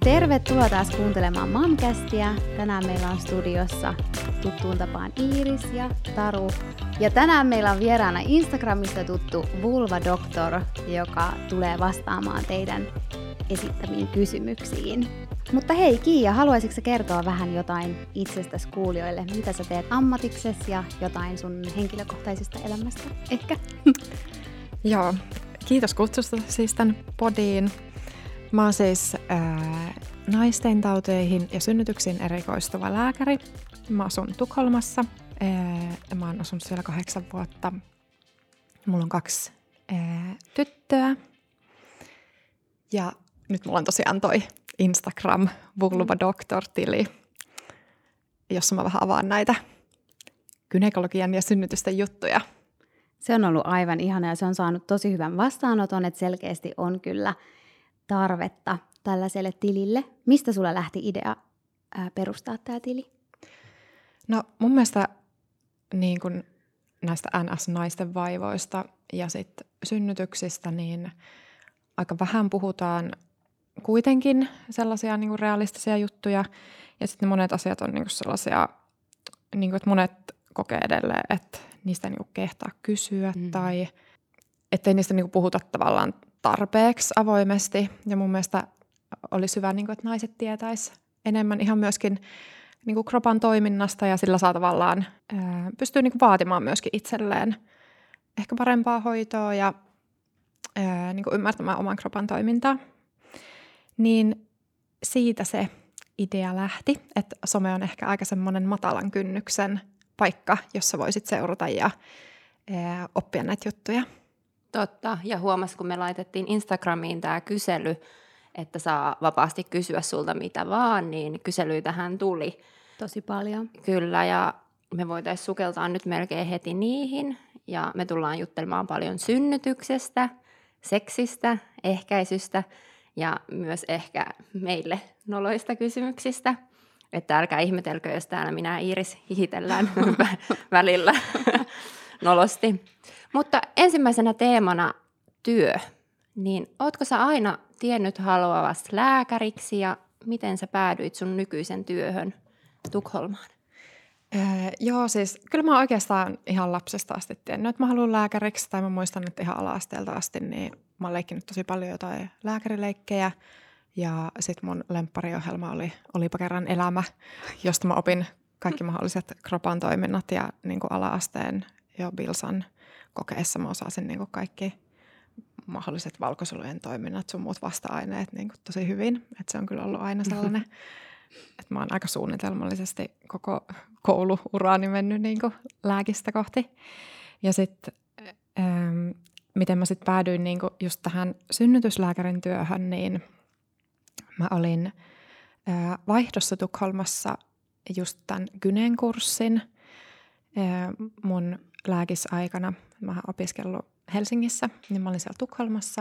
Tervetuloa taas kuuntelemaan Momcastia. Tänään meillä on studiossa tuttuun tapaan Iiris ja Taru. Ja tänään meillä on vieraana Instagramista tuttu Vulva Doctor, joka tulee vastaamaan teidän esittämiin kysymyksiin. Mutta hei Kiia, haluaisitko sä kertoa vähän jotain itsestäsi kuulijoille? Mitä sä teet ammatiksesi ja jotain sun henkilökohtaisesta elämästä ehkä? Joo, kiitos kutsusta siis tämän podiin. Mä oon siis naistentauteihin ja synnytyksiin erikoistuva lääkäri. Mä asun Tukholmassa. Mä oon asunut siellä 8 vuotta. Mulla on 2 tyttöä. Ja nyt mulla on tosiaan toi Instagram Vulva Doctor-tili, jossa mä vähän avaan näitä gynekologian ja synnytysten juttuja. Se on ollut aivan ihana ja se on saanut tosi hyvän vastaanoton, että selkeästi on kyllä tarvetta tällaiselle tilille. Mistä sulla lähti idea perustaa tämä tili? No mun mielestä niin kun näistä NS-naisten vaivoista ja sit synnytyksistä, niin aika vähän puhutaan kuitenkin sellaisia niin kuin realistisia juttuja. Ja sitten monet asiat on niin kuin sellaisia, niin kuin, että monet kokee edelleen, että niistä ei niin kuin kehtaa kysyä tai ettei niistä niin kuin puhuta tavallaan tarpeeksi avoimesti. Ja mun mielestä olisi hyvä, niin kuin, että naiset tietäisi enemmän ihan myöskin niin kuin kropan toiminnasta ja sillä saa tavallaan pystyy niin kuin vaatimaan myöskin itselleen ehkä parempaa hoitoa ja niin kuin ymmärtämään oman kropan toimintaa. Niin siitä se idea lähti, että some on ehkä aika semmoinen matalan kynnyksen paikka, jossa voisit seurata ja oppia näitä juttuja. Totta, ja huomasi, kun me laitettiin Instagramiin tämä kysely, että saa vapaasti kysyä sulta mitä vaan, niin kyselyitähän tuli. Tosi paljon. Kyllä, ja me voitaisiin sukeltaa nyt melkein heti niihin, ja me tullaan juttelemaan paljon synnytyksestä, seksistä, ehkäisystä, ja myös ehkä meille noloista kysymyksistä. Että älkää ihmetelkö, jos täällä minä ja Iiris hihitellään välillä nolosti. Mutta ensimmäisenä teemana työ. Niin ootko sä aina tiennyt haluavasi lääkäriksi ja miten sä päädyit sun nykyisen työhön Tukholmaan? Joo, siis kyllä mä oikeastaan ihan lapsesta asti tiennyt, että mä haluan lääkäriksi. Tai mä muistan, että ihan ala-asteelta asti niin mä oon leikkinyt tosi paljon jotain lääkärileikkejä. Ja sitten mun lemppariohjelma oli Olipa kerran elämä, josta mä opin kaikki mahdolliset kropan toiminnat ja niin kuin ala-asteen jo Bilsan kokeessa mä osasin niin kuin kaikki mahdolliset valkosolujen toiminnat, sun muut vasta-aineet niin kuin tosi hyvin. Et se on kyllä ollut aina sellainen, että mä oon aika suunnitelmallisesti koko kouluuraani mennyt niin kuin lääkistä kohti. Ja sitten miten mä sitten päädyin niin kuin just tähän synnytyslääkärin työhön, niin mä olin vaihdossa Tukholmassa just tämän Gynen kurssin mun lääkisaikana. Mä oon opiskellut Helsingissä, niin mä olin siellä Tukholmassa.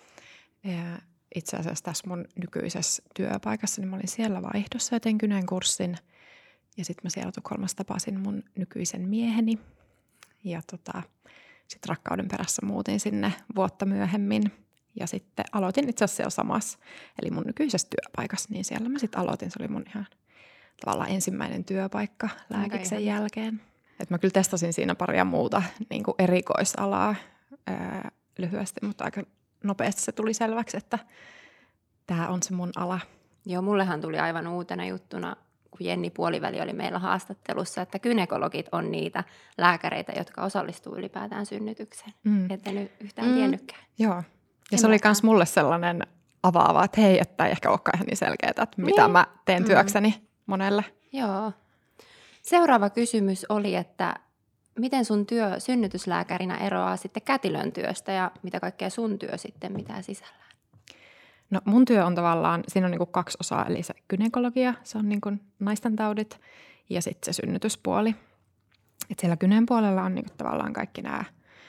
Itse asiassa tässä mun nykyisessä työpaikassa, niin mä olin siellä vaihdossa ja tein Gynen kurssin. Ja sitten mä siellä Tukholmassa tapasin mun nykyisen mieheni. Ja sitten rakkauden perässä muutin sinne vuotta myöhemmin. Ja sitten aloitin itse asiassa jo samassa, eli mun nykyisessä työpaikassa, niin siellä mä sitten aloitin. Se oli mun ihan tavallaan ensimmäinen työpaikka lääkiksen jälkeen. Et mä kyllä testasin siinä paria muuta niin kuin erikoisalaa lyhyesti, mutta aika nopeasti se tuli selväksi, että tämä on se mun ala. Joo, mullehan tuli aivan uutena juttuna, kun Jenni Puoliväli oli meillä haastattelussa, että gynekologit on niitä lääkäreitä, jotka osallistuu ylipäätään synnytykseen. Että nyt yhtään tiennytkään. Joo. Ja se oli myös mulle sellainen avaava, että hei, että ei ehkä olekaan ihan niin selkeää, että mitä mä teen työkseni monelle. Joo. Seuraava kysymys oli, että miten sun työ synnytyslääkärinä eroaa sitten kätilön työstä ja mitä kaikkea sun työ sitten mitään sisällään? No mun työ on tavallaan, siinä on niin kuin 2 osaa, eli se gynekologia, se on niin kuin naistentaudit ja sitten se synnytyspuoli. Et siellä gynen puolella on niin kuin tavallaan kaikki nämä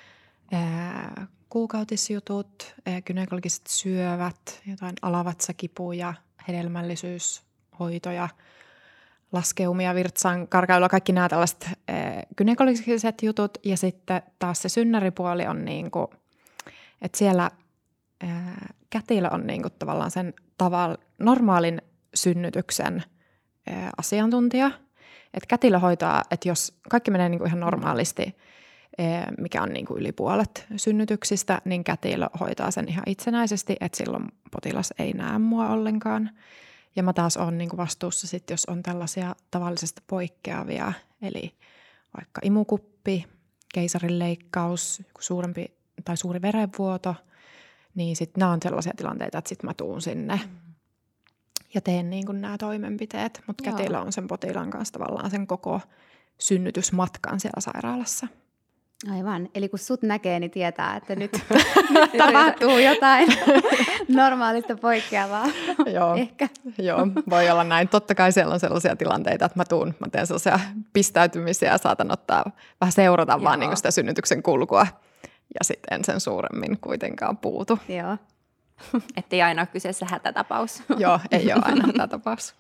kuukautisjutut, gynekologiset syövät, jotain alavatsakipuja, hedelmällisyyshoitoja, laskeumia, virtsan karkailua, kaikki nämä tällaiset gynekologiset jutut. Ja sitten taas se synnäripuoli on niin kuin, että siellä kätilö on niin kuin tavallaan sen normaalin synnytyksen asiantuntija. Että kätilö hoitaa, että jos kaikki menee niin kuin ihan normaalisti, mikä on niin kuin yli puolet synnytyksistä, niin kätilö hoitaa sen ihan itsenäisesti, että silloin potilas ei näe mua ollenkaan. Ja mä taas olen niin kuin vastuussa sitten, jos on tällaisia tavallisesta poikkeavia, eli vaikka imukuppi, keisarinleikkaus, suurempi tai suuri verenvuoto, niin sitten nämä on sellaisia tilanteita, että sitten mä tuun sinne ja teen niin kuin nämä toimenpiteet. Mutta kätilö on sen potilaan kanssa tavallaan sen koko synnytysmatkan siellä sairaalassa. Aivan. Eli kun sut näkee, niin tietää, että nyt tapahtuu jotain normaalista poikkeavaa. Joo, ehkä. Joo, voi olla näin. Totta kai siellä on sellaisia tilanteita, että mä teen sellaisia pistäytymisiä ja saatan ottaa vähän seurata vaan niin kuin sitä synnytyksen kulkua. Ja sitten en sen suuremmin kuitenkaan puutu. Joo. Ettei aina ole kyseessä hätätapaus. Joo, ei ole aina hätätapaus.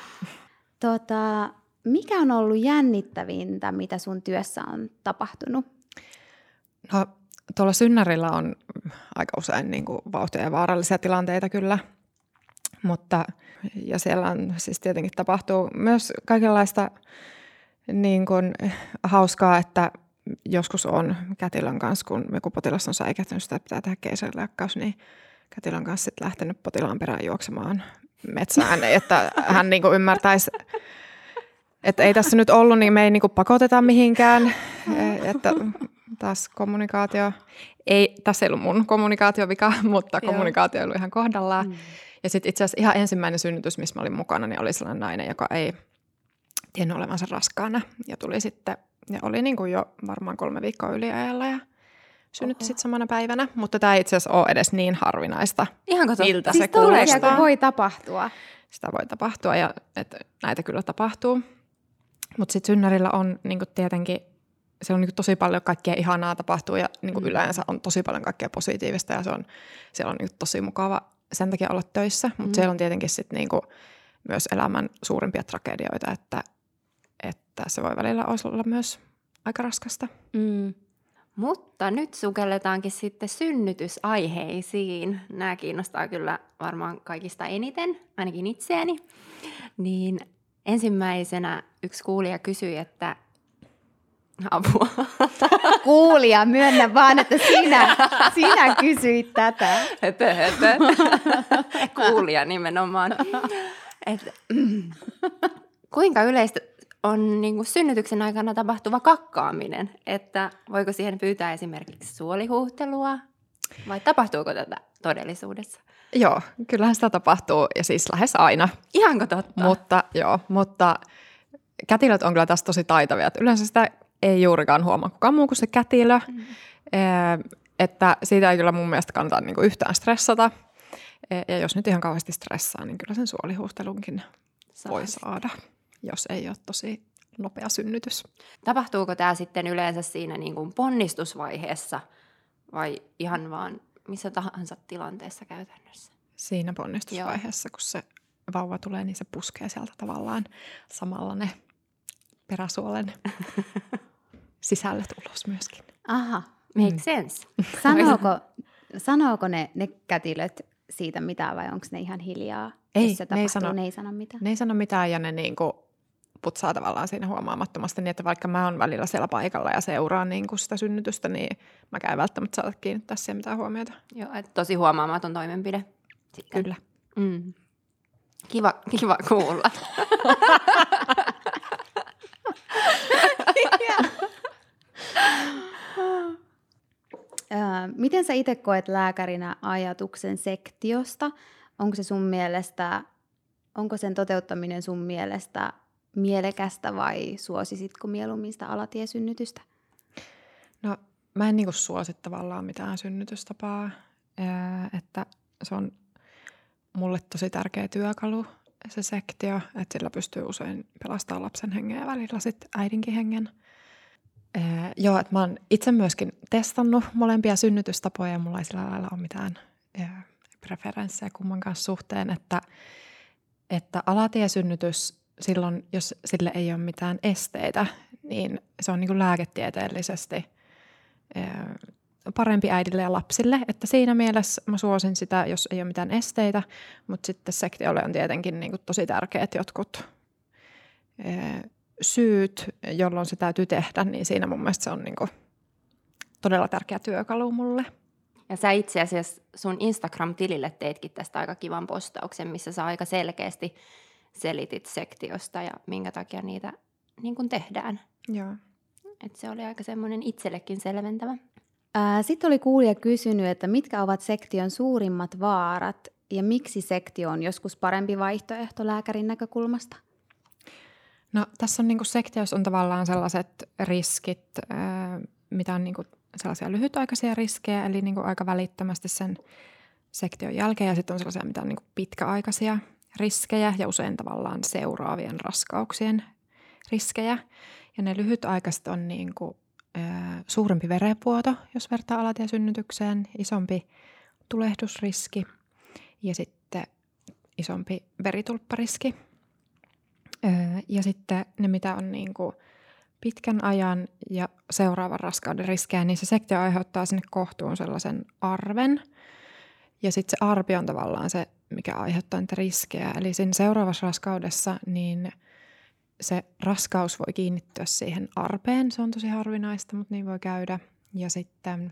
Mikä on ollut jännittävintä, mitä sun työssä on tapahtunut? No, tuolla synnärillä on aika usein niin kuin vauhtia ja vaarallisia tilanteita kyllä, mutta ja siellä on siis tietenkin tapahtuu myös kaikenlaista niin kuin hauskaa, että joskus on kätilön kanssa, kun joku potilas on säikähtänyt sitä, että pitää tehdä keisarileikkaus, niin kätilön kanssa sitten lähtenyt potilaan perään juoksemaan metsään, että hän niin kuin ymmärtäisi, että ei tässä nyt ollut, niin me ei niin kuin pakoteta mihinkään, että taas kommunikaatio, tässä ei ollut mun kommunikaatiovika, mutta kommunikaatio ei ollut ihan kohdallaan. Ja sitten itse asiassa ihan ensimmäinen synnytys, missä mä olin mukana, niin oli sellainen nainen, joka ei tiennyt olevansa raskaana. Ja tuli sitten, ja oli niin kuin jo varmaan 3 viikkoa yliajalla ja synnytti sitten samana päivänä. Mutta tämä ei itse asiassa ole edes niin harvinaista, miltä siis se kuulostaa. Siis voi tapahtua. Sitä voi tapahtua ja että näitä kyllä tapahtuu. Mutta sitten synnärillä on niin kuin tietenkin, se on niin kuin tosi paljon kaikkea ihanaa tapahtuu ja niin kuin yleensä on tosi paljon kaikkea positiivista ja siellä on niin kuin tosi mukava sen takia olla töissä. Mutta siellä on tietenkin sitten niin kuin myös elämän suurimpia tragedioita, että se voi välillä olla myös aika raskasta. Mutta nyt sukelletaankin sitten synnytysaiheisiin. Nämä kiinnostaa kyllä varmaan kaikista eniten, ainakin itseäni. Niin ensimmäisenä yksi kuulija kysyi, että apua. Kuulija, myönnä vaan, että sinä kysyit tätä. Höpö. Kuulija nimenomaan. Kuinka yleistä on niin kuin synnytyksen aikana tapahtuva kakkaaminen? Että voiko siihen pyytää esimerkiksi suolihuuhtelua vai tapahtuuko tätä todellisuudessa? Joo, kyllähän sitä tapahtuu ja siis lähes aina. Ihanko totta? Mutta kätilöt on kyllä tässä tosi taitavia. Yleensä sitä ei juurikaan huomaa kukaan muu kuin se kätilö. Että siitä ei kyllä mun mielestä kannata niinku yhtään stressata. Ja jos nyt ihan kauheasti stressaa, niin kyllä sen suolihuhtelunkin voi saada, jos ei ole tosi nopea synnytys. Tapahtuuko tämä sitten yleensä siinä niin kuin ponnistusvaiheessa vai ihan vaan missä tahansa tilanteessa käytännössä? Siinä ponnistusvaiheessa, kun se vauva tulee, niin se puskee sieltä tavallaan samalla ne peräsuolen sisällöt ulos myöskin. Aha. Make sense. Sanooko ne kätilöt siitä mitään vai onko ne ihan hiljaa? Ei, jos se tapahtuu, ne ei sano mitään. Ne ei sano mitään ja ne niinku putsaa tavallaan siinä huomaamattomasti niin, että vaikka mä oon välillä siellä paikalla ja seuraan niinku sitä synnytystä, niin mä käyn välttämättä saada kiinnittää siihen mitään huomiota. Joo, että tosi huomaamaton toimenpide. Sitten. Kyllä. Kiva kuulla. Miten sä itse koet lääkärinä ajatuksen sektiosta? Onko sen toteuttaminen sun mielestä mielekästä vai suosisitko mieluummin sitä alatiesynnytystä? No mä en niinku suosi tavallaan mitään synnytystapaa, että se on mulle tosi tärkeä työkalu se sektio, että sillä pystyy usein pelastamaan lapsen hengen ja välillä sitten äidinkin hengen. Joo, että mä oon itse myöskin testannut molempia synnytystapoja ja mulla ei sillä lailla ole mitään preferenssejä kumman kanssa suhteen, että alatiesynnytys silloin, jos sille ei ole mitään esteitä, niin se on niin kuin lääketieteellisesti parempi äidille ja lapsille, että siinä mielessä mä suosin sitä, jos ei ole mitään esteitä, mutta sitten sektiolle on tietenkin niin kuin tosi tärkeät jotkut syyt, jolloin se täytyy tehdä, niin siinä mun mielestä se on niin kuin todella tärkeä työkalu mulle. Ja sä itse asiassa sun Instagram-tilille teitkin tästä aika kivan postauksen, missä sä aika selkeästi selitit sektiosta ja minkä takia niitä niin kuin tehdään. Joo. Et se oli aika semmoinen itsellekin selventävä. Sitten oli kuulija kysynyt, että mitkä ovat sektion suurimmat vaarat ja miksi sektio on joskus parempi vaihtoehto lääkärin näkökulmasta? No tässä on niin kuin sektiossa on tavallaan sellaiset riskit, mitä on niin kuin sellaisia lyhytaikaisia riskejä, eli niin kuin aika välittömästi sen sektion jälkeen, ja sitten on sellaisia, mitä on niin kuin pitkäaikaisia riskejä ja usein tavallaan seuraavien raskauksien riskejä. Ja ne lyhytaikaiset on niin kuin, suurempi verenvuoto, jos vertaa alatiesynnytykseen, isompi tulehdusriski ja sitten isompi veritulppariski. Ja sitten ne, mitä on niin kuin pitkän ajan ja seuraavan raskauden riskejä, niin se sektio aiheuttaa sinne kohtuun sellaisen arven. Ja sitten se arpi on tavallaan se, mikä aiheuttaa niitä riskejä. Eli siinä seuraavassa raskaudessa niin se raskaus voi kiinnittyä siihen arpeen. Se on tosi harvinaista, mutta niin voi käydä. Ja sitten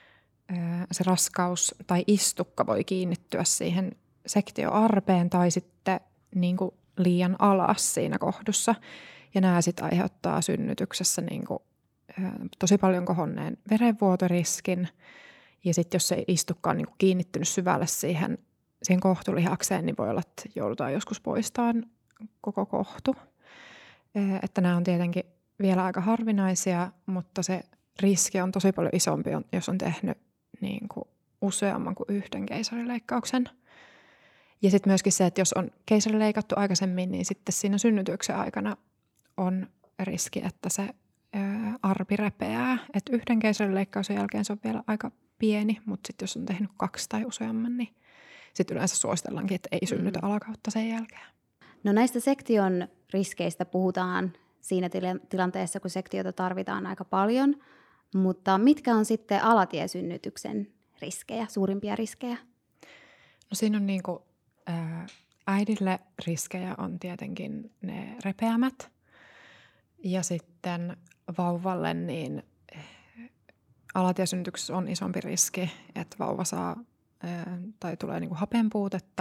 se raskaus tai istukka voi kiinnittyä siihen sektioarpeen tai sitten niin kuin liian alas siinä kohdussa. Ja nämä sitten aiheuttaa synnytyksessä niin kuin, tosi paljon kohonneen verenvuotoriskin. Ja sitten jos se istukka on niin kuin kiinnittynyt syvälle siihen kohtulihakseen, niin voi olla, että joudutaan joskus poistamaan koko kohtu. Että nämä on tietenkin vielä aika harvinaisia, mutta se riski on tosi paljon isompi, jos on tehnyt niin kuin useamman kuin yhden keisarileikkauksen. Ja sitten myöskin se, että jos on keisarileikattu aikaisemmin, niin sitten siinä synnytyksen aikana on riski, että se arpi repeää. Että yhden keisarileikkauksen jälkeen se on vielä aika pieni, mutta sitten jos on tehnyt 2 tai useamman, niin sitten yleensä suositellaankin, että ei synnytä alakautta sen jälkeen. No näistä sektion riskeistä puhutaan siinä tilanteessa, kun sektiota tarvitaan aika paljon, mutta mitkä on sitten alatiesynnytyksen riskejä, suurimpia riskejä? No siinä on niin kuin, äidille riskejä on tietenkin ne repeämät ja sitten vauvalle niin alatiesynnytyksessä on isompi riski, että vauva saa tai tulee niin kuin hapenpuutetta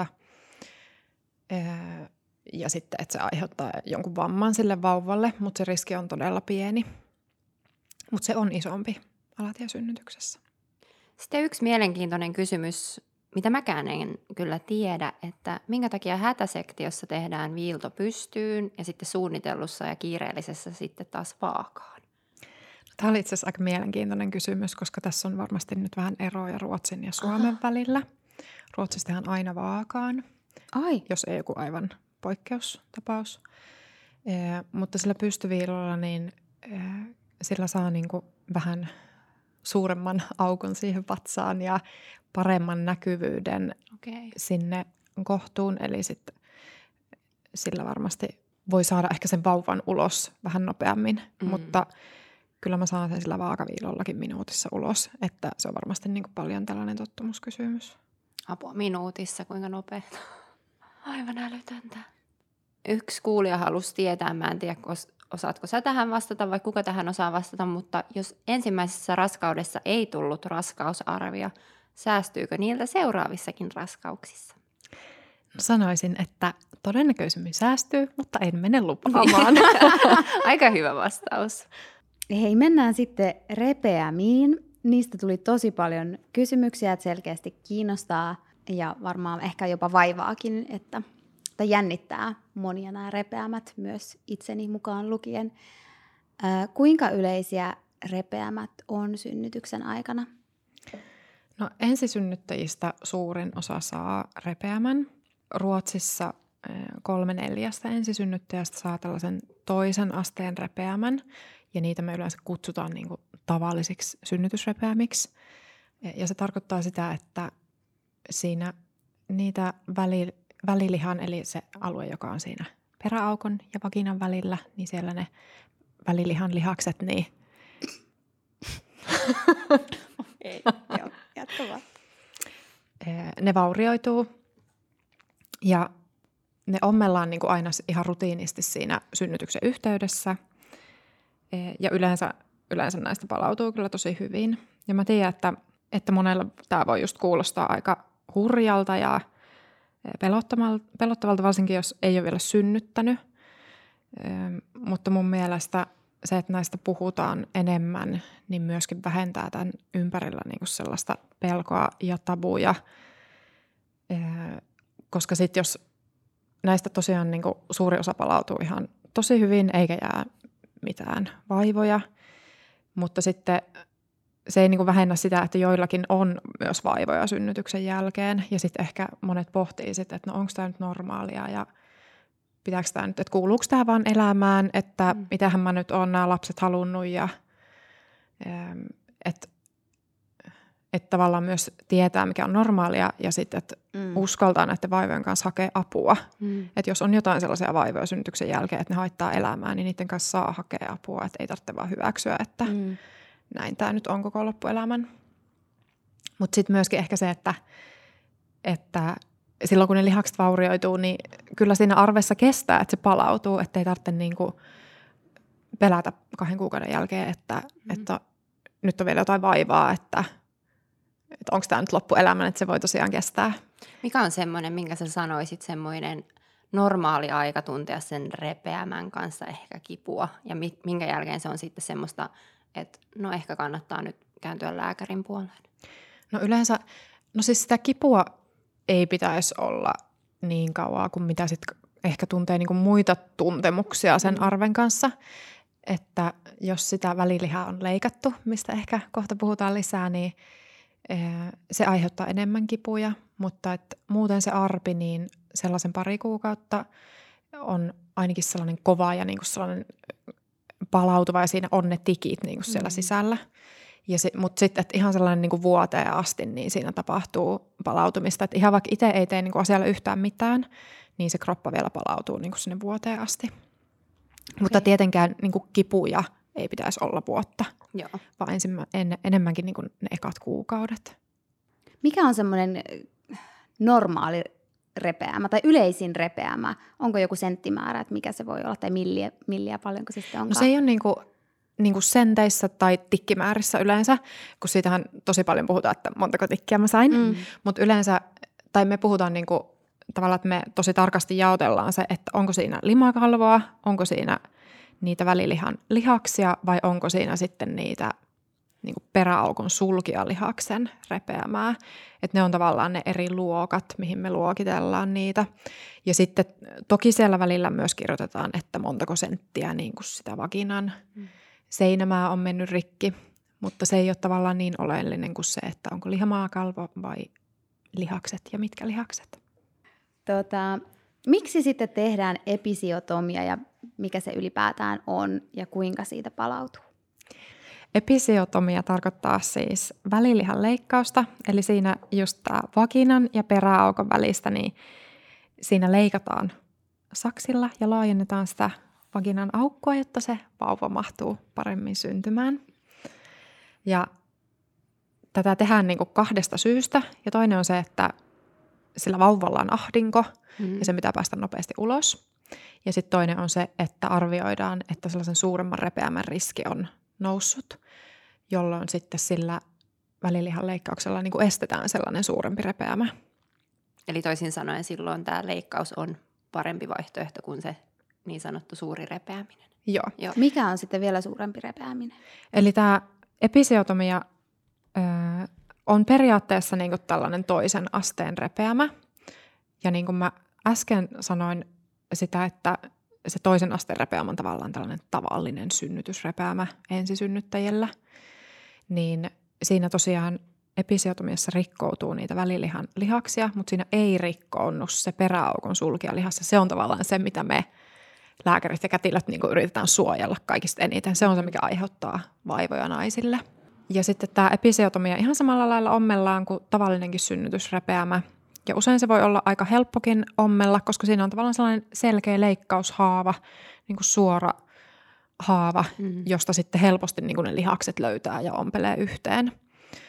ja sitten, että se aiheuttaa jonkun vamman sille vauvalle, mutta se riski on todella pieni. Mutta se on isompi alatiesynnytyksessä. Sitten yksi mielenkiintoinen kysymys, mitä mäkään en kyllä tiedä, että minkä takia hätäsektiossa tehdään viilto pystyyn ja sitten suunnitellussa ja kiireellisessä sitten taas vaakaan? Tämä oli itse asiassa aika mielenkiintoinen kysymys, koska tässä on varmasti nyt vähän eroja Ruotsin ja Suomen välillä. Ruotsissa tehdään aina vaakaan, jos ei joku aivan poikkeustapaus. Mutta sillä pystyviilolla niin sillä saa niinku vähän suuremman aukon siihen vatsaan ja paremman näkyvyyden sinne kohtuun. Eli sitten sillä varmasti voi saada ehkä sen vauvan ulos vähän nopeammin, mutta kyllä mä saan sen sillä vaakaviilollakin minuutissa ulos, että se on varmasti niin kuin paljon tällainen tottumuskysymys. Apua minuutissa, kuinka nopeeta? Aivan älytöntä. Yksi kuulija halusi tietää, mä en tiedä, osaatko sä tähän vastata vai kuka tähän osaa vastata, mutta jos ensimmäisessä raskaudessa ei tullut raskausarvia, säästyykö niiltä seuraavissakin raskauksissa? No sanoisin, että todennäköisemmin säästyy, mutta en mene lupaamaan. Aika hyvä vastaus. Hei, mennään sitten repeämiin. Niistä tuli tosi paljon kysymyksiä, että selkeästi kiinnostaa ja varmaan ehkä jopa vaivaakin, että jännittää monia nämä repeämät myös itseni mukaan lukien. Kuinka yleisiä repeämät on synnytyksen aikana? No ensisynnyttäjistä suurin osa saa repeämän. Ruotsissa 3/4 ensisynnyttäjästä saa tällaisen toisen asteen repeämän. Ja niitä me yleensä kutsutaan niin kuin tavallisiksi synnytysrepeämiksi. Ja se tarkoittaa sitä, että siinä niitä välilihan, eli se alue, joka on siinä peräaukon ja vaginan välillä, niin siellä ne välilihan lihakset, niin Ei, joo, jatka vaan. Ne vaurioituu ja ne ommellaan niin kuin aina ihan rutiinisti siinä synnytyksen yhteydessä. Ja yleensä näistä palautuu kyllä tosi hyvin. Ja mä tiedän, että monella tämä voi just kuulostaa aika hurjalta ja pelottavalta, varsinkin jos ei ole vielä synnyttänyt. Mutta mun mielestä se, että näistä puhutaan enemmän, niin myöskin vähentää tämän ympärillä niin kuin sellaista pelkoa ja tabuja. Koska sitten jos näistä tosiaan niin kuin suuri osa palautuu ihan tosi hyvin, eikä jää mitään vaivoja, mutta sitten se ei niin kuin vähennä sitä, että joillakin on myös vaivoja synnytyksen jälkeen. Ja sitten ehkä monet pohtii sitten, että no onko tämä nyt normaalia ja pitääkö tämä nyt, että kuuluuko tämä vaan elämään, että mitähän mä nyt oon nämä lapset halunnut ja että tavallaan myös tietää, mikä on normaalia ja sitten, että uskaltaa näiden vaivojen kanssa hakea apua. Että jos on jotain sellaisia vaivoja synnytyksen jälkeen, että ne haittaa elämää, niin niiden kanssa saa hakea apua, että ei tarvitse vaan hyväksyä, että näin tämä nyt on koko loppuelämän. Mutta sitten myöskin ehkä se, että silloin kun ne lihakset vaurioituu, niin kyllä siinä arvessa kestää, että se palautuu, että ei tarvitse niinku pelätä 2 kuukauden jälkeen, että nyt on vielä jotain vaivaa, että onko tämä nyt loppuelämän, että se voi tosiaan kestää. Mikä on semmoinen, minkä sä sanoisit, semmoinen normaali aika tuntea sen repeämän kanssa ehkä kipua ja minkä jälkeen se on sitten semmoista, että no ehkä kannattaa nyt kääntyä lääkärin puoleen? No yleensä, no siis sitä kipua ei pitäisi olla niin kauaa kuin mitä sitten ehkä tuntee niin kuin muita tuntemuksia sen arven kanssa. Että jos sitä välilihaa on leikattu, mistä ehkä kohta puhutaan lisää, niin se aiheuttaa enemmän kipuja. Mutta että muuten se arpi, niin sellaisen 2 kuukautta on ainakin sellainen kova ja niin kuin sellainen palautuva ja siinä on ne tikit niin kuin siellä sisällä. Mutta sitten, että ihan sellainen niin kuin vuoteen asti, niin siinä tapahtuu palautumista. Että ihan vaikka itse ei tee niin kuin asialle yhtään mitään, niin se kroppa vielä palautuu niin kuin sinne vuoteen asti. Okay. Mutta tietenkään niin kuin kipuja ei pitäisi olla vuotta, Joo. vaan enemmänkin niin kuin ne ekat kuukaudet. Mikä on semmoinen normaali repeämä tai yleisin repeämä? Onko joku senttimäärä, että mikä se voi olla, tai milliä paljonko se sitten onkaan? No se ei ole niin kuin senteissä tai tikkimäärissä yleensä, kun siitähän tosi paljon puhutaan, että montako tikkiä mä sain. Mutta yleensä, tai me puhutaan niin kuin, tavallaan, että me tosi tarkasti jaotellaan se, että onko siinä limakalvoa, onko siinä niitä välilihan lihaksia vai onko siinä sitten niitä niin kuin peräaukon sulkijalihaksen repeämää. Että ne on tavallaan ne eri luokat, mihin me luokitellaan niitä. Ja sitten toki siellä välillä myös kirjoitetaan, että montako senttiä niin kuin sitä vaginan seinämää on mennyt rikki, mutta se ei ole tavallaan niin oleellinen kuin se, että onko lihamaakalvo vai lihakset ja mitkä lihakset. Miksi sitten tehdään episiotomia ja mikä se ylipäätään on ja kuinka siitä palautuu? Episiotomia tarkoittaa siis välilihan leikkausta, eli siinä just tämä vaginan ja peräaukon välistä, niin siinä leikataan saksilla ja laajennetaan sitä vaginan aukkoa, jotta se vauva mahtuu paremmin syntymään. Ja tätä tehdään niin kuin 2 syystä. Ja toinen on se, että sillä vauvalla on ahdinko ja se pitää päästä nopeasti ulos. Ja sitten toinen on se, että arvioidaan, että sellaisen suuremman repeämän riski on noussut, jolloin sitten sillä välilihan leikkauksella niin kuin estetään sellainen suurempi repeämä. Eli toisin sanoen silloin tämä leikkaus on parempi vaihtoehto kuin se niin sanottu suuri repeäminen. Joo. Mikä on sitten vielä suurempi repeäminen? Eli tämä episiotomia on periaatteessa niin kuin tällainen 2. asteen repeämä. Ja niin kuin mä äsken sanoin sitä, että se 2. asteen repeämä on tavallaan tällainen tavallinen synnytysrepeämä ensisynnyttäjillä, niin siinä tosiaan episiotomiassa rikkoutuu niitä välilihan lihaksia, mutta siinä ei rikkoonnut se peräaukon sulkijalihassa. Se on tavallaan se, mitä me lääkärit ja kätilöt niin kuin yritetään suojella kaikista eniten. Se on se, mikä aiheuttaa vaivoja naisille. Ja sitten tämä episiotomia ihan samalla lailla ommellaan kuin tavallinenkin synnytysrepeämä. Ja usein se voi olla aika helppokin ommella, koska siinä on tavallaan sellainen selkeä leikkaushaava, niin kuin suora haava, josta sitten helposti niin kuin ne lihakset löytää ja ompelee yhteen.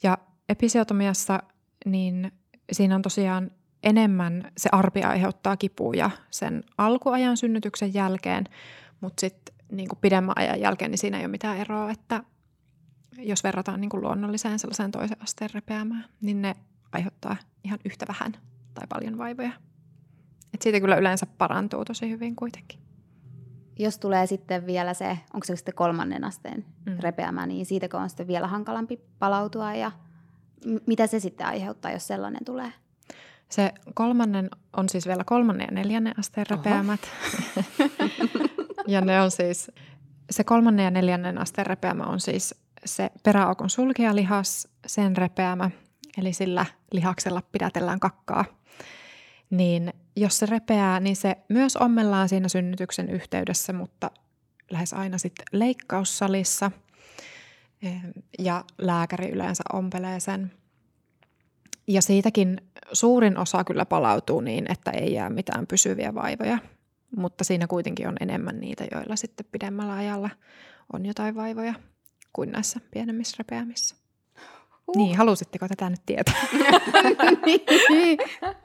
Ja episiotomiassa niin siinä on tosiaan enemmän, se arpi aiheuttaa kipuja sen alkuajan synnytyksen jälkeen, mutta sitten niin kuin pidemmän ajan jälkeen niin siinä ei ole mitään eroa, että jos verrataan niin kuin luonnolliseen sellaiseen toisen asteen repeämään, niin ne aiheuttaa ihan yhtä vähän tai paljon vaivoja. Et siitä kyllä yleensä parantuu tosi hyvin kuitenkin. Jos tulee sitten vielä se, onko se sitten 3. asteen repeämä, niin siitäkö on sitten vielä hankalampi palautua ja mitä se sitten aiheuttaa, jos sellainen tulee? Se 3. on siis vielä 3. ja 4. asteen repeämät. Ja ne on siis, se 3. ja 4. asteen repeämä on siis se peräaukon sulkejalihas, sen repeämä, eli sillä lihaksella pidätellään kakkaa. Niin jos se repeää, niin se myös ommellaan siinä synnytyksen yhteydessä, mutta lähes aina sitten leikkaussalissa. Ja lääkäri yleensä ompelee sen. Ja siitäkin suurin osa kyllä palautuu niin, että ei jää mitään pysyviä vaivoja. Mutta siinä kuitenkin on enemmän niitä, joilla sitten pidemmällä ajalla on jotain vaivoja kuin näissä pienemmissä repeämissä. Niin, halusitteko tätä nyt tietää? Niin.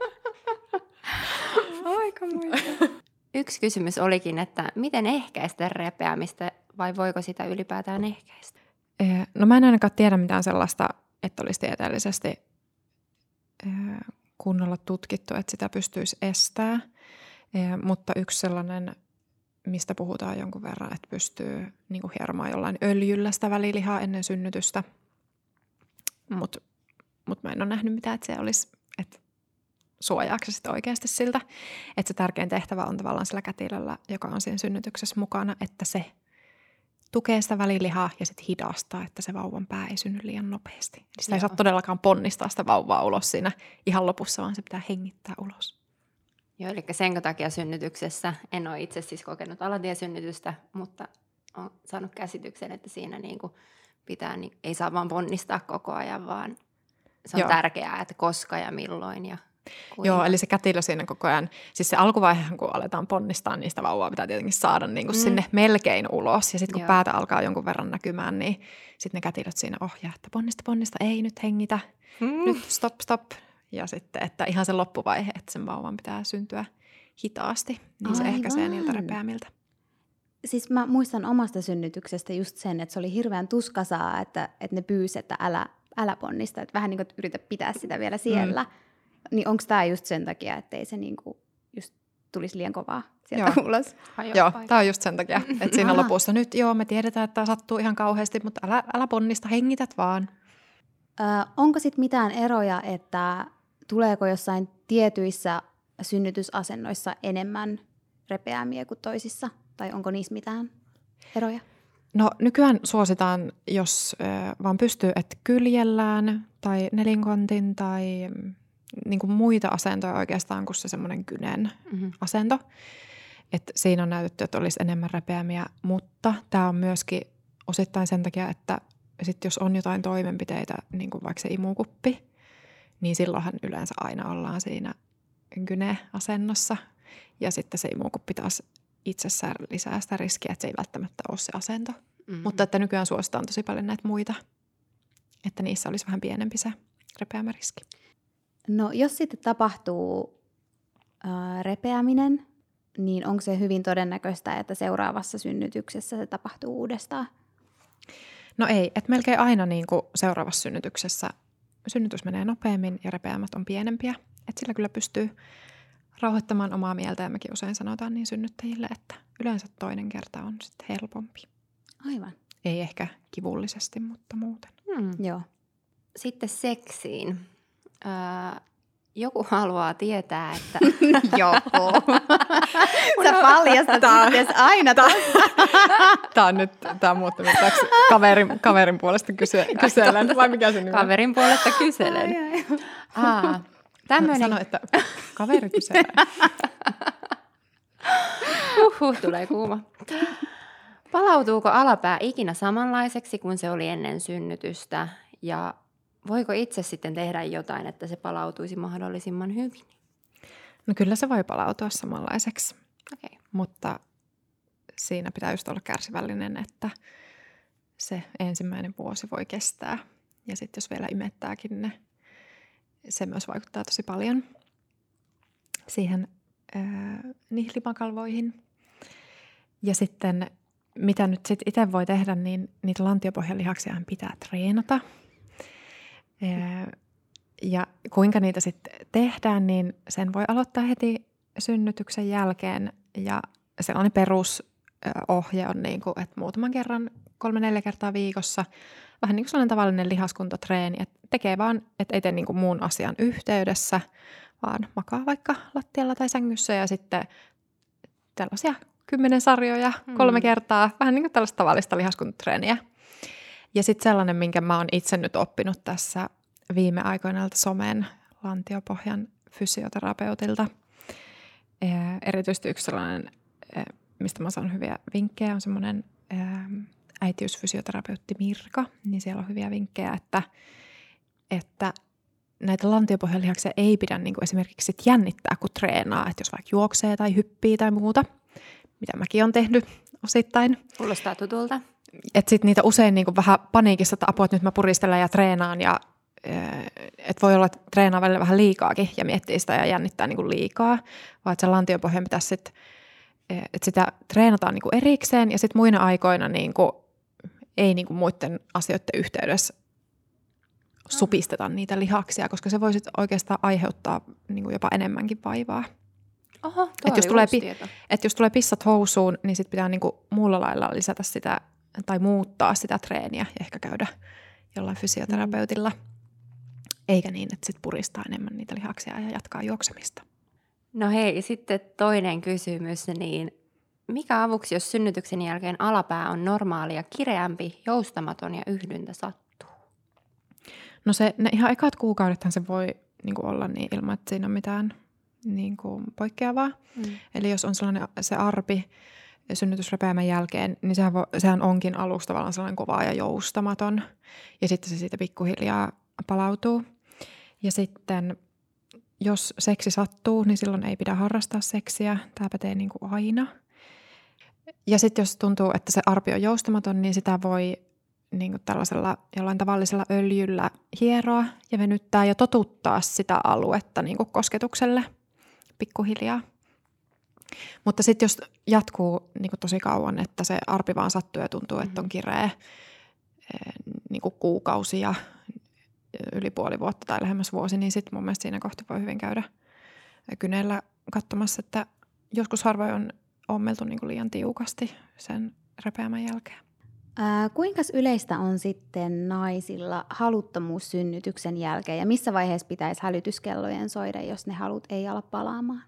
Yksi kysymys olikin, että miten ehkäistä repeämistä vai voiko sitä ylipäätään ehkäistä? No mä en ainakaan tiedä mitään sellaista, että olisi tieteellisesti kunnolla tutkittu, että sitä pystyisi estämään. Mutta yksi sellainen, mistä puhutaan jonkun verran, että pystyy niin kuin hieromaan jollain öljyllä sitä välilihaa ennen synnytystä. Mutta mä en ole nähnyt mitään, että se olisi, että suojaako se sitten oikeasti siltä. Että se tärkein tehtävä on tavallaan sillä kätilöllä, joka on siinä synnytyksessä mukana, että se tukee sitä välilihaa ja sitten hidastaa, että se vauvan pää ei synny liian nopeasti. Eli sitä ei saa todellakaan ponnistaa sitä vauvaa ulos siinä ihan lopussa, vaan se pitää hengittää ulos. Joo, eli sen takia synnytyksessä, en ole itse siis kokenut alatiesynnytystä, mutta olen saanut käsityksen, että siinä niinku pitää, ei saa vaan ponnistaa koko ajan, vaan se on tärkeää, että koska ja milloin ja kuinka. Joo, eli se kätilö siinä koko ajan, siis se alkuvaihe, kun aletaan ponnistaa, niin sitä vauvaa pitää tietenkin saada niin kuin sinne melkein ulos. Ja sitten kun päätä alkaa jonkun verran näkymään, niin sitten ne kätilöt siinä ohjaa, että ponnista, ei nyt hengitä, nyt stop. Ja sitten, että ihan se loppuvaihe, että sen vauvan pitää syntyä hitaasti, niin se ehkäisee niiltä repeämiltä. Siis mä muistan omasta synnytyksestä just sen, että se oli hirveän tuskasaa, että ne pyysi, että älä ponnista, että vähän niin kuin yritä pitää sitä vielä siellä. Niin onko tämä just sen takia, ettei se niin kuin just tulisi liian kovaa sieltä ulos? Joo, tämä on just sen takia, että siinä lopussa nyt me tiedetään, että tämä sattuu ihan kauheasti, mutta älä ponnista, hengität vaan. Onko sitten mitään eroja, että tuleeko jossain tietyissä synnytysasennoissa enemmän repeämiä kuin toisissa? Tai onko niissä mitään eroja? No nykyään suositaan, jos vaan pystyy, että kyljellään tai nelinkontin tai niin kuin muita asentoja oikeastaan kuin se semmoinen kynen asento. Että siinä on näytetty, että olisi enemmän repeämiä, mutta tämä on myöskin osittain sen takia, että sitten jos on jotain toimenpiteitä, niin kuin vaikka se imukuppi, niin silloinhan yleensä aina ollaan siinä gyne-asennossa. Ja sitten se imukuppi taas itsessään lisää sitä riskiä, että se ei välttämättä ole se asento. Mutta että nykyään suositaan tosi paljon näitä muita, että niissä olisi vähän pienempi se repeämäriski. No jos sitten tapahtuu repeäminen, niin onko se hyvin todennäköistä, että seuraavassa synnytyksessä se tapahtuu uudestaan? No ei, että melkein aina niin kuin seuraavassa synnytyksessä synnytys menee nopeammin ja repeämät on pienempiä. Että sillä kyllä pystyy rauhoittamaan omaa mieltä ja mekin usein sanotaan niin synnyttäjille, että yleensä toinen kerta on sitten helpompi. Aivan. Ei ehkä kivullisesti, mutta muuten. Joo. Sitten seksiin. Joku haluaa tietää, että... Joku. Sä paljastat itses aina Tämä on muuttunut täksi kaverin puolesta kyselen. Vai mikä se nimi? Kaverin puolesta kyselen. Tämmöinen... Sano, että kaveri kyselee. Tulee kuuma. Palautuuko alapää ikinä samanlaiseksi kuin se oli ennen synnytystä? Ja voiko itse sitten tehdä jotain, että se palautuisi mahdollisimman hyvin? No kyllä se voi palautua samanlaiseksi, Okay. mutta siinä pitää just olla kärsivällinen, että se ensimmäinen vuosi voi kestää. Ja sitten jos vielä imettääkin ne, se myös vaikuttaa tosi paljon siihen niihin limakalvoihin. Ja sitten mitä nyt sitten itse voi tehdä, niin niitä lantiopohjan lihaksiahan pitää treenata. Ja kuinka niitä sitten tehdään, niin sen voi aloittaa heti synnytyksen jälkeen. Ja sellainen perusohje on, niin kuin, että muutaman kerran 3-4 kertaa viikossa, vähän niin kuin sellainen tavallinen lihaskuntotreeni, että tekee vaan, että ei tee niin kuin muun asian yhteydessä, vaan makaa vaikka lattialla tai sängyssä ja sitten tällaisia 10 sarjoja 3 kertaa, vähän niin kuin tällaista tavallista lihaskuntotreeniä. Ja sitten sellainen, minkä mä oon itse nyt oppinut tässä viime aikoina somen lantiopohjan fysioterapeutilta. Erityisesti yksi sellainen, mistä mä saan hyviä vinkkejä, on semmoinen äitiysfysioterapeutti Mirka. Niin siellä on hyviä vinkkejä, että näitä lantiopohjan lihaksia ei pidä niin kuin esimerkiksi sit jännittää, kun treenaa. Että jos vaikka juoksee tai hyppii tai muuta, mitä mäkin olen tehnyt osittain. Kuulostaa tutulta. Että sitten niitä usein niin kuin vähän paniikissa, että apua, että nyt mä puristelen ja treenaan ja että voi olla, että treenaa välillä vähän liikaakin ja miettii sitä ja jännittää niin kuin liikaa, vaan että se lantiopohja pitäisi sitten, että sitä treenataan niin kuin erikseen ja sitten muina aikoina niin kuin, ei niin kuin muiden asioiden yhteydessä supisteta niitä lihaksia, koska se voi sitten oikeastaan aiheuttaa niin kuin jopa enemmänkin vaivaa. Oho, että jos tulee pissat housuun, niin sitten pitää niin kuin muulla lailla lisätä sitä tai muuttaa sitä treeniä ja ehkä käydä jollain fysioterapeutilla. Eikä niin, että sit puristaa enemmän niitä lihaksia ja jatkaa juoksemista. No hei, sitten toinen kysymys, niin mikä avuksi, jos synnytyksen jälkeen alapää on normaalia kireämpi, joustamaton ja yhdyntä sattuu? No ne ihan ekat kuukaudethan se voi niin olla niin ilman, että siinä on mitään niin poikkeavaa. Eli jos on sellainen se arpi synnytysrepeämän jälkeen, niin sehän onkin aluksi tavallaan sellainen kova ja joustamaton. Ja sitten se siitä pikkuhiljaa palautuu. Ja sitten jos seksi sattuu, niin silloin ei pidä harrastaa seksiä. Tämä pätee niin kuin aina. Ja sitten jos tuntuu, että se arpi on joustamaton, niin sitä voi niin kuin tällaisella jollain tavallisella öljyllä hieroa ja venyttää ja totuttaa sitä aluetta niin kuin kosketukselle pikkuhiljaa. Mutta sitten jos jatkuu niin kuin tosi kauan, että se arpi vaan sattuu ja tuntuu, että on kireä niin kuin kuukausia, yli puoli vuotta tai lähemmäs vuosi, niin sitten mun mielestä siinä kohti voi hyvin käydä kyneellä katsomassa, että joskus harvoin on ommeltu niin kuin liian tiukasti sen repeämän jälkeen. Kuinka yleistä on sitten naisilla haluttomuus synnytyksen jälkeen ja missä vaiheessa pitäisi hälytyskellojen soida, jos ne halut ei ala palaamaan?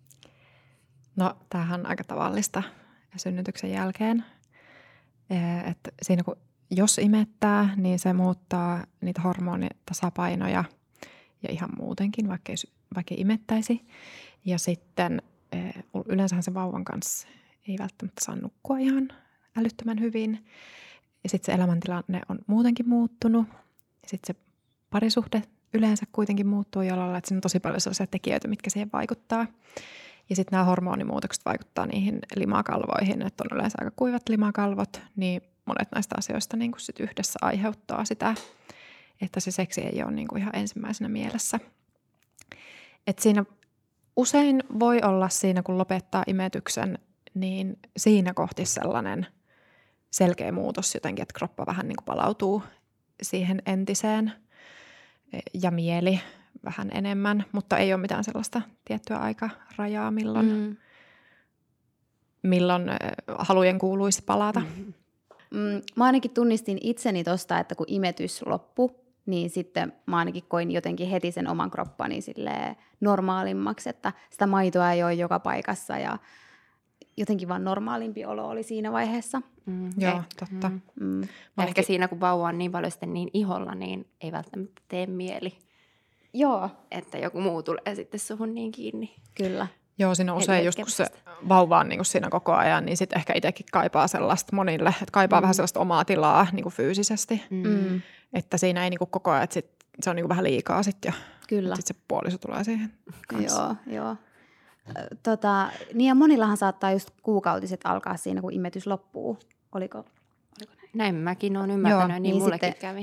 No tämähän on aika tavallista synnytyksen jälkeen, että siinä kun jos imettää, niin se muuttaa niitä hormonitasapainoja ja ihan muutenkin, vaikka ei imettäisi. Ja sitten yleensähän se vauvan kanssa ei välttämättä saa nukkua ihan älyttömän hyvin. Ja sitten se elämäntilanne on muutenkin muuttunut. Ja sitten se parisuhde yleensä kuitenkin muuttuu jollain, että siinä on tosi paljon sellaisia tekijöitä, mitkä siihen vaikuttaa. Ja sitten nämä hormonimuutokset vaikuttaa niihin limakalvoihin, että on yleensä aika kuivat limakalvot, niin monet näistä asioista niin kuin sit yhdessä aiheuttaa sitä, että se seksi ei ole niin kuin ihan ensimmäisenä mielessä. Et siinä usein voi olla siinä, kun lopettaa imetyksen, niin siinä kohti sellainen selkeä muutos jotenkin, että kroppa vähän niin kuin palautuu siihen entiseen ja mieli vähän enemmän, mutta ei ole mitään sellaista tiettyä aikarajaa, milloin halujen kuuluisi palata. Mä ainakin tunnistin itseni tosta, että kun imetys loppui, niin sitten mä ainakin koin jotenkin heti sen oman kroppani silleen normaalimmaksi, että sitä maitoa ei ole joka paikassa ja jotenkin vaan normaalimpi olo oli siinä vaiheessa. Joo, totta. Ehkä siinä, kun vauva on niin paljon sitten niin iholla, niin ei välttämättä tee mieli. Joo. Että joku muu tulee sitten suhun niin kiinni. Kyllä. Joo, siinä on usein just kun se vauva on niin kuin siinä koko ajan, niin sitten ehkä itsekin kaipaa sellaista monille, että kaipaa vähän sellaista omaa tilaa niin kuin fyysisesti. Että siinä ei niin kuin koko ajan, että se on niin kuin vähän liikaa sitten ja sitten se puoliso tulee siihen kanssa. Joo. Niin ja monillahan saattaa just kuukautiset alkaa siinä, kun imetys loppuu. Oliko näin? Näin mäkin olen ymmärtänyt, niin mullekin kävi.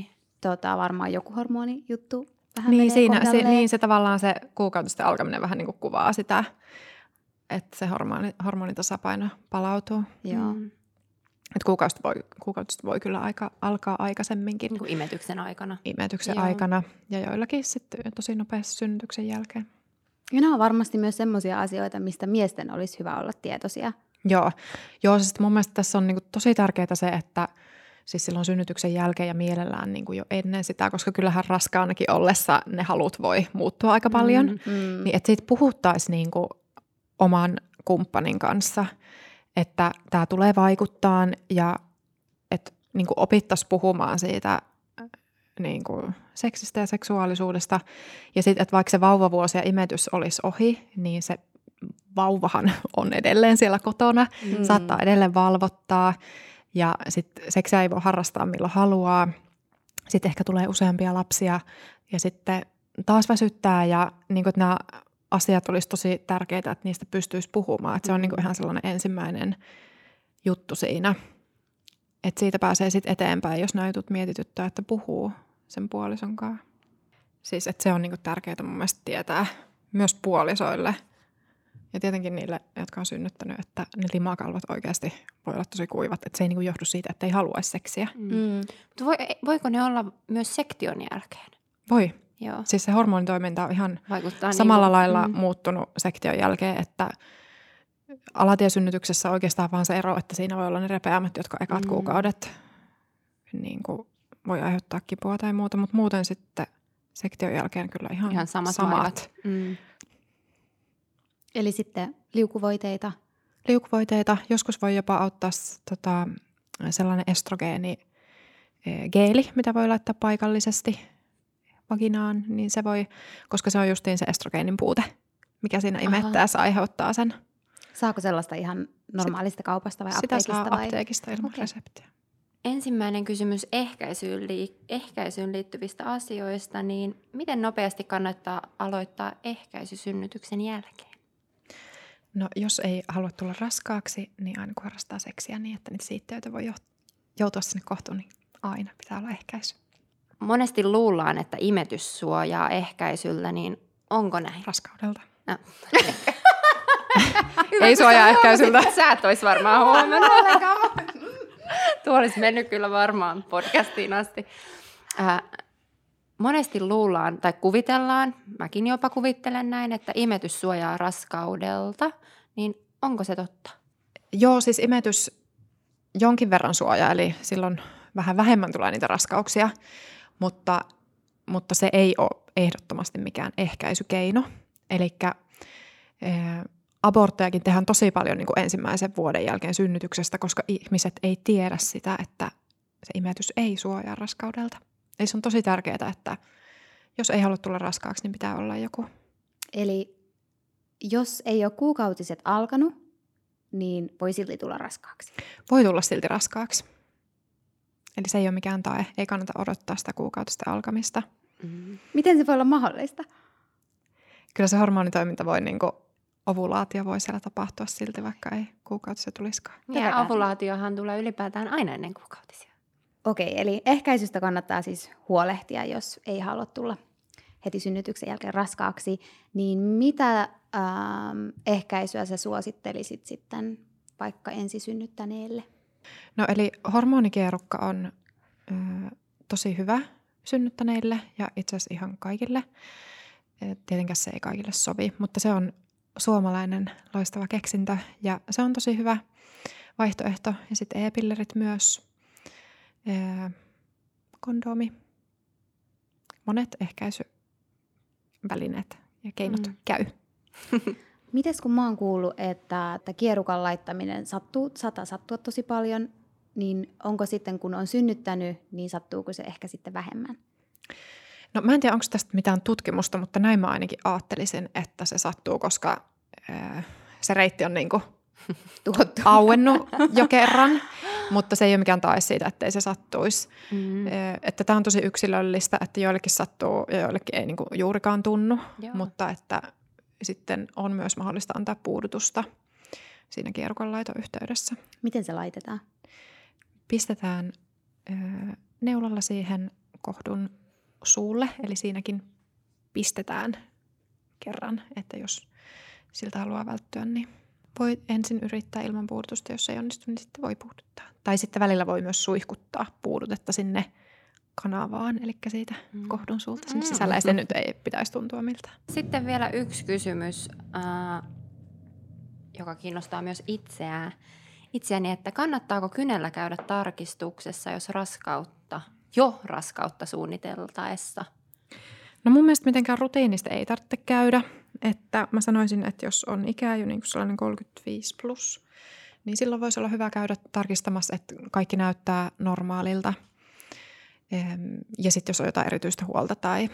varmaan joku hormonijuttu vähän Niin, menee niin se tavallaan se kuukautisten alkaminen vähän niin kuin kuvaa sitä, että se hormonitasapaino palautuu. Joo. Että kuukautiset voi kyllä alkaa aikaisemminkin. Niin kuin imetyksen aikana. Imetyksen aikana ja joillakin sitten tosi nopeasti synnytyksen jälkeen. Ja nämä on varmasti myös semmoisia asioita, mistä miesten olisi hyvä olla tietoisia. Joo, siis mun mielestä tässä on niinku tosi tärkeää se, että siis silloin synnytyksen jälkeen ja mielellään niinku jo ennen sitä, koska kyllähän raskaanakin ollessa ne halut voi muuttua aika paljon. Niin että siitä puhuttaisiin niinku oman kumppanin kanssa, että tämä tulee vaikuttaa ja että niinku opittaisiin puhumaan siitä niinku seksistä ja seksuaalisuudesta. Ja sitten, että vaikka se vauvavuosi ja imetys olisi ohi, niin se vauvahan on edelleen siellä kotona, saattaa edelleen valvottaa ja sitten seksiä ei voi harrastaa milloin haluaa. Sitten ehkä tulee useampia lapsia ja sitten taas väsyttää ja niin että nämä asiat olisi tosi tärkeitä, että niistä pystyisi puhumaan. Että se on niin ihan sellainen ensimmäinen juttu siinä, että siitä pääsee sitten eteenpäin, jos nämä jutut mietityttää, että puhuu sen puolison kanssa. Siis että se on niin tärkeää mun mielestä tietää myös puolisoille. Ja tietenkin niille, jotka on synnyttänyt, että ne limakalvot oikeasti voi olla tosi kuivat. Että se ei johdu siitä, että ei haluaisi seksiä. Mutta voiko ne olla myös sektion jälkeen? Voi. Joo. Siis se hormonitoiminta on ihan vaikuttaa samalla lailla muuttunut sektion jälkeen, että alatiesynnytyksessä oikeastaan vaan se ero, että siinä voi olla ne repeämät, jotka ekat kuukaudet niin kuin voi aiheuttaa kipua tai muuta. Mutta muuten sitten sektion jälkeen kyllä ihan samat. Eli sitten liukuvoiteita. Joskus voi jopa auttaa sellainen estrogeenigeeli, mitä voi laittaa paikallisesti vaginaan, niin se voi, koska se on justiin se estrogeenin puute, mikä siinä imettäessä aiheuttaa sen. Saako sellaista ihan normaalista kaupasta vai apteekista? Sitä saa apteekista ilman reseptiä. Ensimmäinen kysymys ehkäisyyn liittyvistä asioista, niin miten nopeasti kannattaa aloittaa ehkäisy synnytyksen jälkeen? No jos ei halua tulla raskaaksi, niin aina kun harrastaa seksiä niin, että niitä siittiöitä voi joutua sinne kohtuun, niin aina pitää olla ehkäisy. Monesti luullaan, että imetys suojaa ehkäisyllä, niin onko näin? Raskaudelta. No. Ei suojaa ehkäisyltä. Sä et ois varmaan huomannut. Tuo olisi mennyt kyllä varmaan podcastiin asti. Monesti luullaan tai kuvitellaan, mäkin jopa kuvittelen näin, että imetys suojaa raskaudelta, niin onko se totta? Joo, siis imetys jonkin verran suojaa, eli silloin vähän vähemmän tulee niitä raskauksia, mutta se ei ole ehdottomasti mikään ehkäisykeino. Elikkä aborttejakin tehdään tosi paljon niin kuin ensimmäisen vuoden jälkeen synnytyksestä, koska ihmiset ei tiedä sitä, että se imetys ei suojaa raskaudelta. Eli se on tosi tärkeää, että jos ei halua tulla raskaaksi, niin pitää olla joku. Eli jos ei ole kuukautiset alkanut, niin voi silti tulla raskaaksi? Voi tulla silti raskaaksi. Eli se ei ole mikään tae. Ei kannata odottaa sitä kuukautisten alkamista. Miten se voi olla mahdollista? Kyllä se hormonitoiminta voi, niin kuin ovulaatio voi siellä tapahtua silti, vaikka ei kuukautisia tulisikaan. Ja ovulaatiohan tulee ylipäätään aina ennen kuukautisia. Okei, eli ehkäisystä kannattaa siis huolehtia, jos ei halua tulla heti synnytyksen jälkeen raskaaksi. Niin mitä ehkäisyä sä suosittelisit sitten vaikka ensisynnyttäneelle? No eli hormonikierukka on tosi hyvä synnyttäneille ja itse asiassa ihan kaikille. Tietenkään se ei kaikille sovi, mutta se on suomalainen loistava keksintö ja se on tosi hyvä vaihtoehto. Ja sitten e-pillerit myös, kondomi, monet ehkäisyvälineet ja keinot käy. Mites kun mä oon kuullut, että kierukan laittaminen saattaa sattua tosi paljon, niin onko sitten kun on synnyttänyt, niin sattuuko se ehkä sitten vähemmän? No mä en tiedä, onko tästä mitään tutkimusta, mutta näin mä ainakin ajattelisin, että se sattuu, koska se reitti on niinku auennut jo kerran, mutta se ei ole mikään tae siitä, ettei se sattuisi. Että tämä on tosi yksilöllistä, että joillekin sattuu ja joillekin ei niinku juurikaan tunnu, mutta että sitten on myös mahdollista antaa puudutusta siinä kierukanlaiton yhteydessä. Miten se laitetaan? Pistetään neulalla siihen kohdun suulle, eli siinäkin pistetään kerran, että jos siltä haluaa välttyä, niin voi ensin yrittää ilman puudutusta, jos ei onnistu, niin sitten voi puuduttaa. Tai sitten välillä voi myös suihkuttaa puudutetta sinne kanavaan, eli siitä kohdun suulta sinne sisällä, ja se nyt ei pitäisi tuntua miltään. Sitten vielä yksi kysymys, joka kiinnostaa myös itseäni, että kannattaako kynällä käydä tarkistuksessa, jos raskautta suunniteltaessa? No mun mielestä mitenkään rutiinista ei tarvitse käydä, että mä sanoisin, että jos on ikää jo niin kuin sellainen 35 plus, niin silloin voisi olla hyvä käydä tarkistamassa, että kaikki näyttää normaalilta. Ja sitten jos on jotain erityistä huolta tai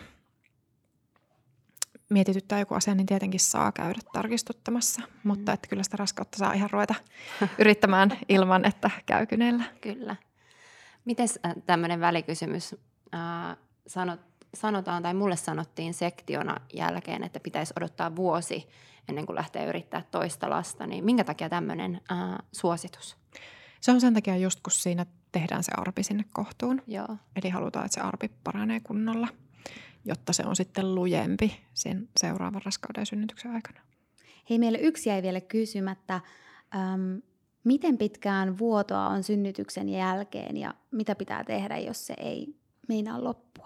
mietityttää joku asia, niin tietenkin saa käydä tarkistuttamassa, mutta että kyllä sitä raskautta saa ihan ruveta yrittämään ilman, että käy kynällä. Kyllä. Mites tämmöinen välikysymys sanotaan, tai mulle sanottiin sektiona jälkeen, että pitäisi odottaa vuosi ennen kuin lähtee yrittää toista lasta, niin minkä takia tämmöinen suositus? Se on sen takia just, kun siinä tehdään se arpi sinne kohtuun. Joo. Eli halutaan, että se arpi paranee kunnolla, jotta se on sitten lujempi sen seuraavan raskauden ja synnytyksen aikana. Hei, meille yksi jäi vielä kysymättä. Miten pitkään vuotoa on synnytyksen jälkeen ja mitä pitää tehdä, jos se ei meinaa loppua?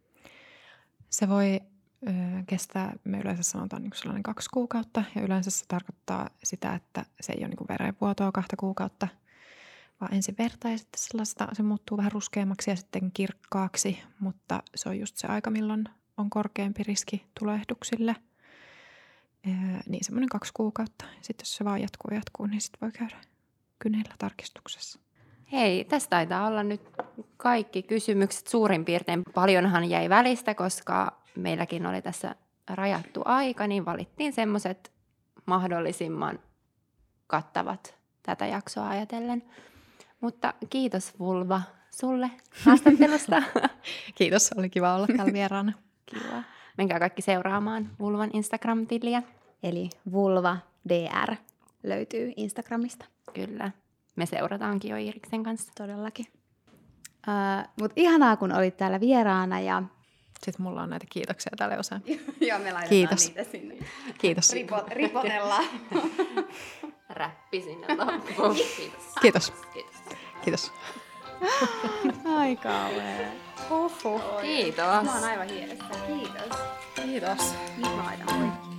Se voi kestää, me yleensä sanotaan niin kuin sellainen 2 kuukautta, ja yleensä se tarkoittaa sitä, että se ei ole niin kuin verenvuotoa 2 kuukautta, vaan ensin verta ja sitten sellaista, se muuttuu vähän ruskeammaksi ja sitten kirkkaaksi, mutta se on just se aika, milloin on korkeampi riski tulehduksille. Niin semmoinen 2 kuukautta. Sitten jos se vaan jatkuu, niin sitten voi käydä kynällä tarkistuksessa. Hei, tässä taitaa olla nyt kaikki kysymykset suurin piirtein. Paljonhan jäi välistä, koska meilläkin oli tässä rajattu aika, niin valittiin semmoiset mahdollisimman kattavat tätä jaksoa ajatellen. Mutta kiitos Vulva sulle haastattelusta. Kiitos, oli kiva olla täällä vieraana. Kiva. Menkää kaikki seuraamaan Vulvan Instagram-tiliä. Eli Vulva DR löytyy Instagramista. Kyllä. Me seurataankin jo Iiriksen kanssa. Todellakin. Mutta ihanaa, kun olit täällä vieraana. Ja sitten mulla on näitä kiitoksia täällä osa. Joo, me laitetaan Kiitos. niitä sinne. Kiitos. Ripotellaan. Räppi sinne loppuun. Kiitos. Kiitos. Kiitos. Kiitos. Ai kauhea. Kiitos. Mä oon aivan hienossa. Kiitos. Kiitos. Nyt mä laitan poikki.